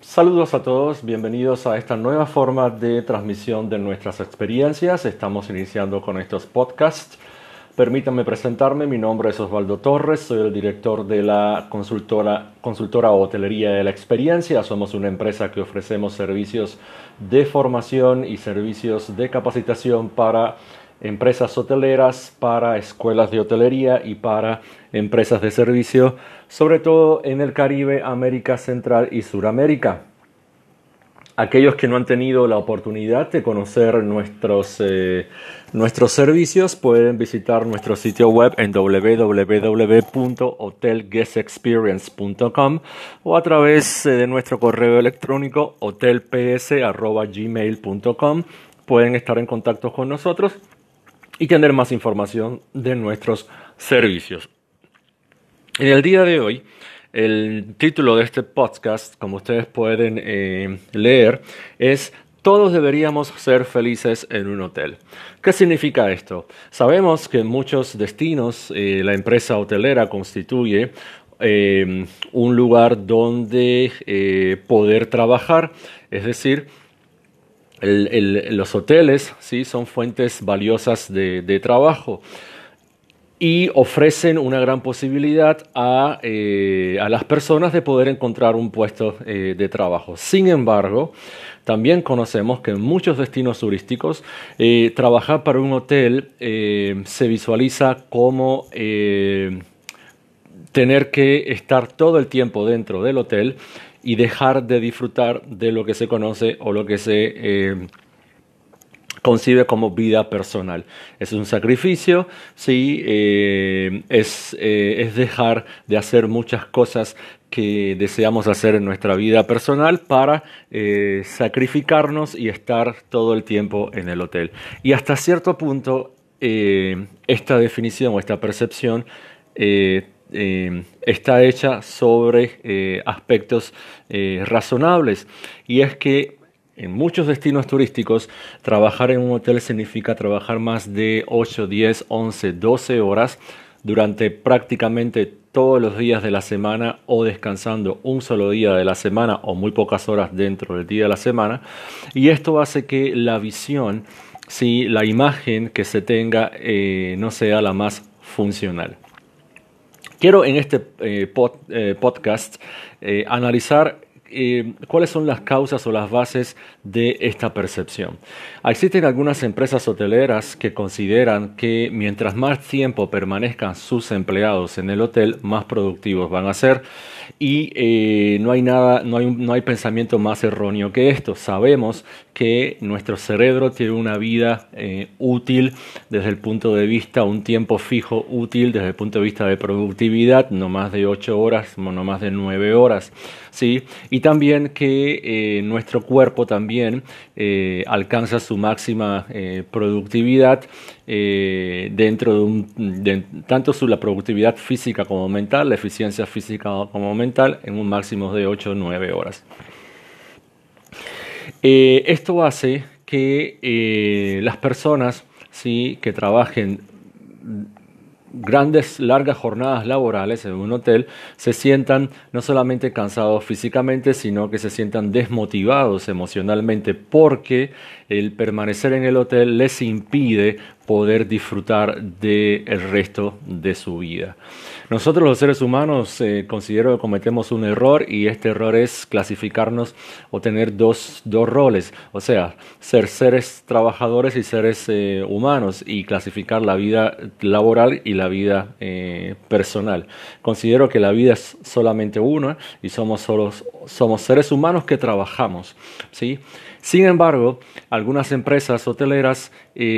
Saludos a todos, bienvenidos a esta nueva forma de transmisión de nuestras experiencias. Estamos iniciando con estos podcasts. Permítanme presentarme, mi nombre es Osvaldo Torres, soy el director de la consultora Hotelería de la Experiencia. Somos una empresa que ofrecemos servicios de formación y servicios de capacitación para empresas hoteleras, para escuelas de hotelería y para empresas de servicio, sobre todo en el Caribe, América Central y Suramérica. Aquellos que no han tenido la oportunidad de conocer nuestros servicios pueden visitar nuestro sitio web en www.hotelguestexperience.com o a través de nuestro correo electrónico hotelps@gmail.com. Pueden estar en contacto con nosotros y tener más información de nuestros servicios. En el día de hoy, el título de este podcast, como ustedes pueden leer, es "Todos deberíamos ser felices en un hotel". ¿Qué significa esto? Sabemos que en muchos destinos la empresa hotelera constituye un lugar donde poder trabajar, es decir, los hoteles, ¿sí?, son fuentes valiosas de trabajo y ofrecen una gran posibilidad a las personas de poder encontrar un puesto de trabajo. Sin embargo, también conocemos que en muchos destinos turísticos trabajar para un hotel se visualiza como tener que estar todo el tiempo dentro del hotel y dejar de disfrutar de lo que se conoce o lo que se concibe como vida personal. Es un sacrificio, sí, es dejar de hacer muchas cosas que deseamos hacer en nuestra vida personal para sacrificarnos y estar todo el tiempo en el hotel. Y hasta cierto punto, esta definición o esta percepción está hecha sobre aspectos razonables, y es que en muchos destinos turísticos trabajar en un hotel significa trabajar más de 8, 10, 11, 12 horas durante prácticamente todos los días de la semana, o descansando un solo día de la semana o muy pocas horas dentro del día de la semana. Y esto hace que la visión, sí, la imagen que se tenga no sea la más funcional. Quiero en este podcast analizar cuáles son las causas o las bases de esta percepción. Existen algunas empresas hoteleras que consideran que mientras más tiempo permanezcan sus empleados en el hotel, más productivos van a ser, y no hay pensamiento más erróneo que esto. Sabemos que nuestro cerebro tiene una vida útil desde el punto de vista, un tiempo fijo útil desde el punto de vista de productividad, no más de 8 horas, no más de 9 horas, ¿sí? Y también que nuestro cuerpo también alcanza su máxima productividad dentro de tanto la productividad física como mental, la eficiencia física como mental, en un máximo de 8 o 9 horas. Esto hace que las personas, ¿sí?, que trabajen largas jornadas laborales en un hotel se sientan no solamente cansados físicamente, sino que se sientan desmotivados emocionalmente, porque el permanecer en el hotel les impide poder disfrutar del resto de su vida. Nosotros los seres humanos considero que cometemos un error, y este error es clasificarnos o tener dos roles, o sea, ser seres trabajadores y seres humanos, y clasificar la vida laboral y la vida personal. Considero que la vida es solamente una y somos seres humanos que trabajamos, ¿sí? Sin embargo, algunas empresas hoteleras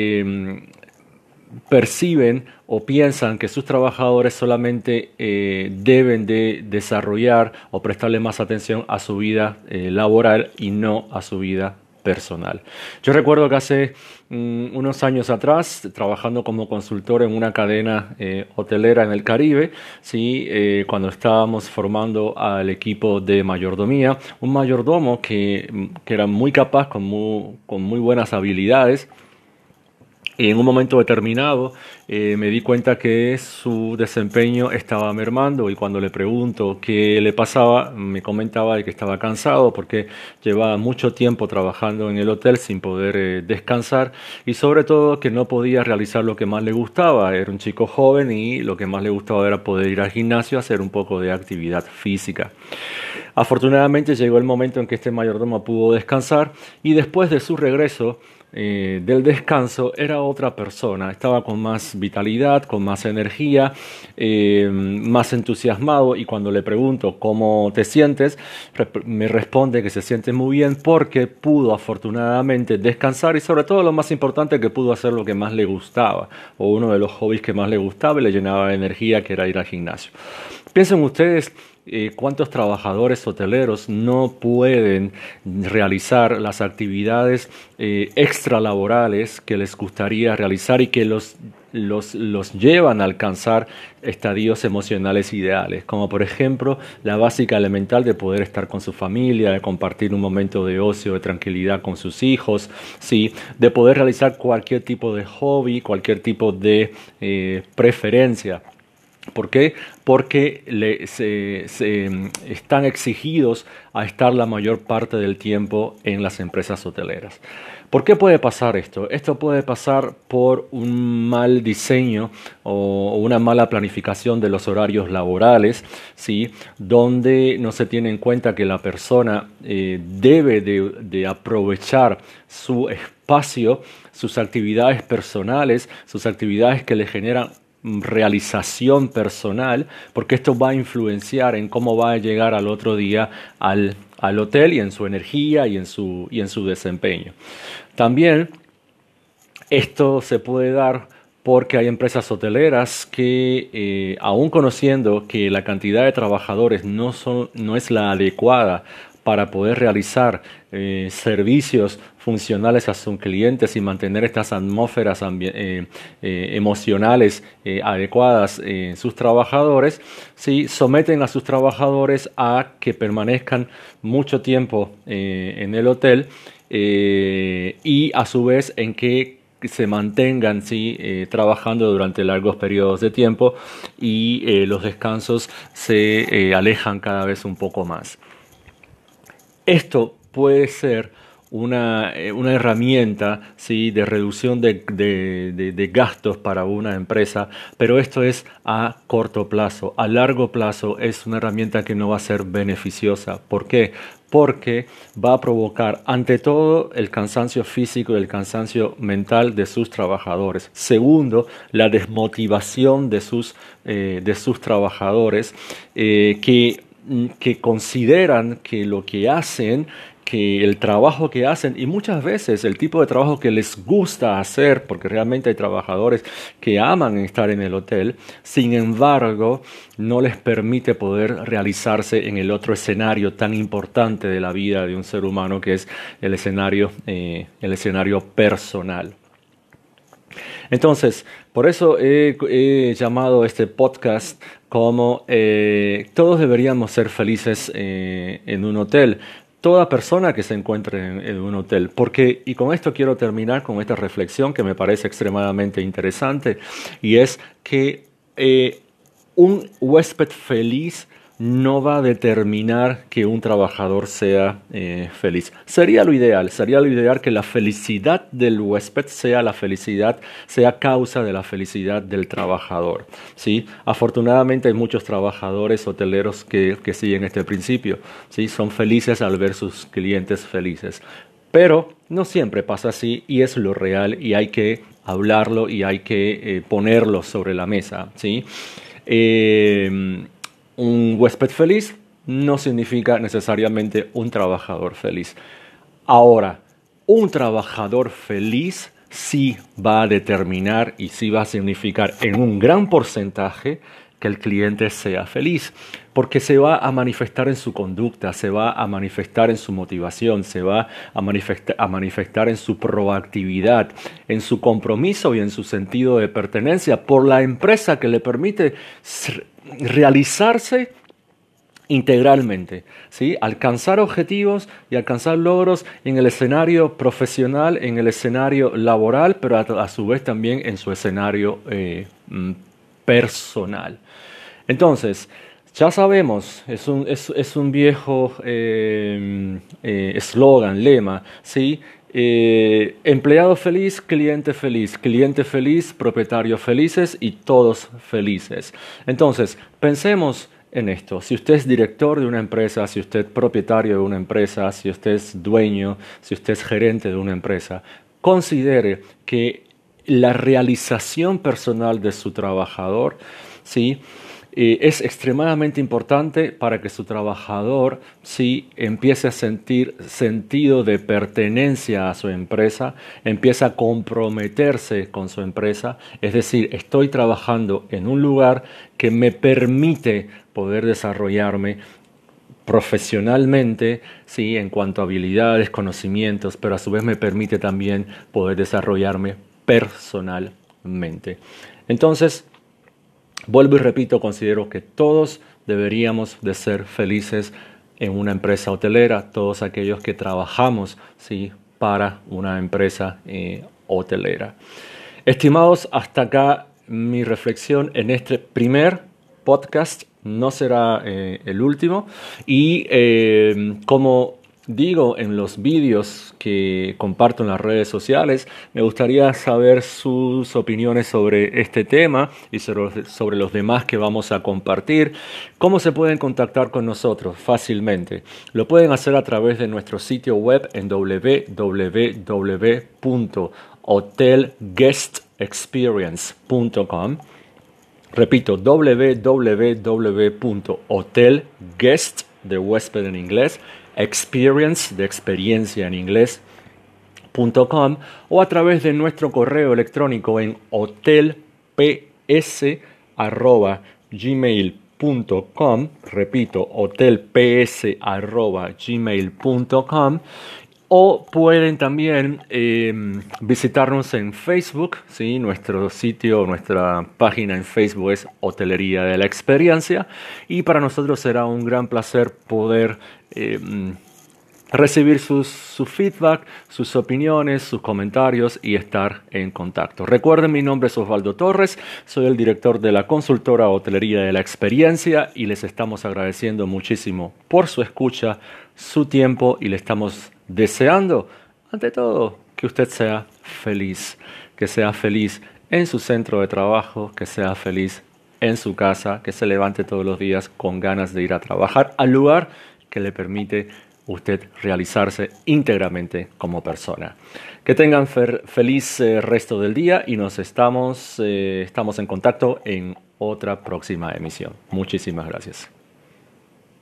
perciben o piensan que sus trabajadores solamente deben de desarrollar o prestarle más atención a su vida laboral y no a su vida personal. Yo recuerdo que hace unos años atrás, trabajando como consultor en una cadena hotelera en el Caribe, ¿sí? Cuando estábamos formando al equipo de mayordomía, un mayordomo que era muy capaz, con muy buenas habilidades, Y en un momento determinado me di cuenta que su desempeño estaba mermando y cuando le pregunto qué le pasaba, me comentaba de que estaba cansado porque llevaba mucho tiempo trabajando en el hotel sin poder descansar y sobre todo que no podía realizar lo que más le gustaba. Era un chico joven y lo que más le gustaba era poder ir al gimnasio a hacer un poco de actividad física. Afortunadamente llegó el momento en que este mayordomo pudo descansar y después de su regreso del descanso era otra persona, estaba con más vitalidad, con más energía, más entusiasmado y cuando le pregunto cómo te sientes, me responde que se siente muy bien porque pudo afortunadamente descansar y sobre todo lo más importante que pudo hacer lo que más le gustaba o uno de los hobbies que más le gustaba y le llenaba de energía que era ir al gimnasio. Piensen ustedes cuántos trabajadores hoteleros no pueden realizar las actividades extralaborales que les gustaría realizar y que los llevan a alcanzar estadios emocionales ideales, como por ejemplo la básica elemental de poder estar con su familia, de compartir un momento de ocio, de tranquilidad con sus hijos, ¿sí? De poder realizar cualquier tipo de hobby, cualquier tipo de preferencia. ¿Por qué? Porque están exigidos a estar la mayor parte del tiempo en las empresas hoteleras. ¿Por qué puede pasar esto? Esto puede pasar por un mal diseño o una mala planificación de los horarios laborales, ¿sí? Donde no se tiene en cuenta que la persona debe de aprovechar su espacio, sus actividades personales, sus actividades que le generan realización personal, porque esto va a influenciar en cómo va a llegar al otro día al hotel y en su energía y en su desempeño. También esto se puede dar porque hay empresas hoteleras que, aún conociendo que la cantidad de trabajadores no es la adecuada para poder realizar servicios funcionales a sus clientes y mantener estas atmósferas emocionales adecuadas en sus trabajadores, ¿sí? Someten a sus trabajadores a que permanezcan mucho tiempo en el hotel y a su vez en que se mantengan trabajando durante largos periodos de tiempo y los descansos se alejan cada vez un poco más. Esto puede ser una herramienta, ¿sí? De reducción de gastos para una empresa, pero esto es a corto plazo. A largo plazo es una herramienta que no va a ser beneficiosa. ¿Por qué? Porque va a provocar, ante todo, el cansancio físico y el cansancio mental de sus trabajadores. Segundo, la desmotivación de sus trabajadores que consideran que lo que hacen, que el trabajo que hacen y muchas veces el tipo de trabajo que les gusta hacer, porque realmente hay trabajadores que aman estar en el hotel, sin embargo no les permite poder realizarse en el otro escenario tan importante de la vida de un ser humano que es el escenario personal. Entonces, por eso he llamado este podcast como todos deberíamos ser felices en un hotel. Toda persona que se encuentre en un hotel. Porque, y con esto quiero terminar con esta reflexión que me parece extremadamente interesante, y es que un huésped feliz no va a determinar que un trabajador sea feliz. Sería lo ideal que la felicidad del huésped sea causa de la felicidad del trabajador, ¿sí? Afortunadamente hay muchos trabajadores hoteleros que siguen este principio, ¿sí? Son felices al ver sus clientes felices. Pero no siempre pasa así y es lo real y hay que hablarlo y hay que ponerlo sobre la mesa, ¿sí? Un huésped feliz no significa necesariamente un trabajador feliz. Ahora, un trabajador feliz sí va a determinar y sí va a significar en un gran porcentaje que el cliente sea feliz, porque se va a manifestar en su conducta, se va a manifestar en su motivación, se va a manifestar en su proactividad, en su compromiso y en su sentido de pertenencia por la empresa que le permite realizarse integralmente, ¿sí? Alcanzar objetivos y alcanzar logros en el escenario profesional, en el escenario laboral, pero a su vez también en su escenario personal. Entonces, ya sabemos, es un viejo eslogan, lema, ¿sí? Empleado feliz, cliente feliz, propietarios felices y todos felices. Entonces, pensemos en esto. Si usted es director de una empresa, si usted es propietario de una empresa, si usted es dueño, si usted es gerente de una empresa, considere que la realización personal de su trabajador, ¿sí? Es extremadamente importante para que su trabajador sí empiece a sentir sentido de pertenencia a su empresa, empiece a comprometerse con su empresa, es decir, estoy trabajando en un lugar que me permite poder desarrollarme profesionalmente, sí, en cuanto a habilidades, conocimientos, pero a su vez me permite también poder desarrollarme personalmente. Entonces, vuelvo y repito, considero que todos deberíamos de ser felices en una empresa hotelera, todos aquellos que trabajamos, ¿sí?, para una empresa hotelera. Estimados, hasta acá mi reflexión en este primer podcast, no será el último, y como digo en los vídeos que comparto en las redes sociales, me gustaría saber sus opiniones sobre este tema y sobre los demás que vamos a compartir. ¿Cómo se pueden contactar con nosotros? Fácilmente. Lo pueden hacer a través de nuestro sitio web en www.hotelguestexperience.com. Repito, www.hotelguest de huésped en inglés, experience de experiencia en inglés.com, o a través de nuestro correo electrónico en hotelps@gmail.com. Repito, hotelps@gmail.com. O pueden también visitarnos en Facebook, ¿sí? Nuestro sitio, nuestra página en Facebook es Hotelería de la Experiencia, y para nosotros será un gran placer poder recibir su feedback, sus opiniones, sus comentarios y estar en contacto. Recuerden, mi nombre es Osvaldo Torres, soy el director de la consultora Hotelería de la Experiencia y les estamos agradeciendo muchísimo por su escucha, su tiempo, y le estamos deseando, ante todo, que usted sea feliz, que sea feliz en su centro de trabajo, que sea feliz en su casa, que se levante todos los días con ganas de ir a trabajar al lugar que le permite usted realizarse íntegramente como persona. Que tengan feliz resto del día y nos estamos en contacto en otra próxima emisión. Muchísimas gracias.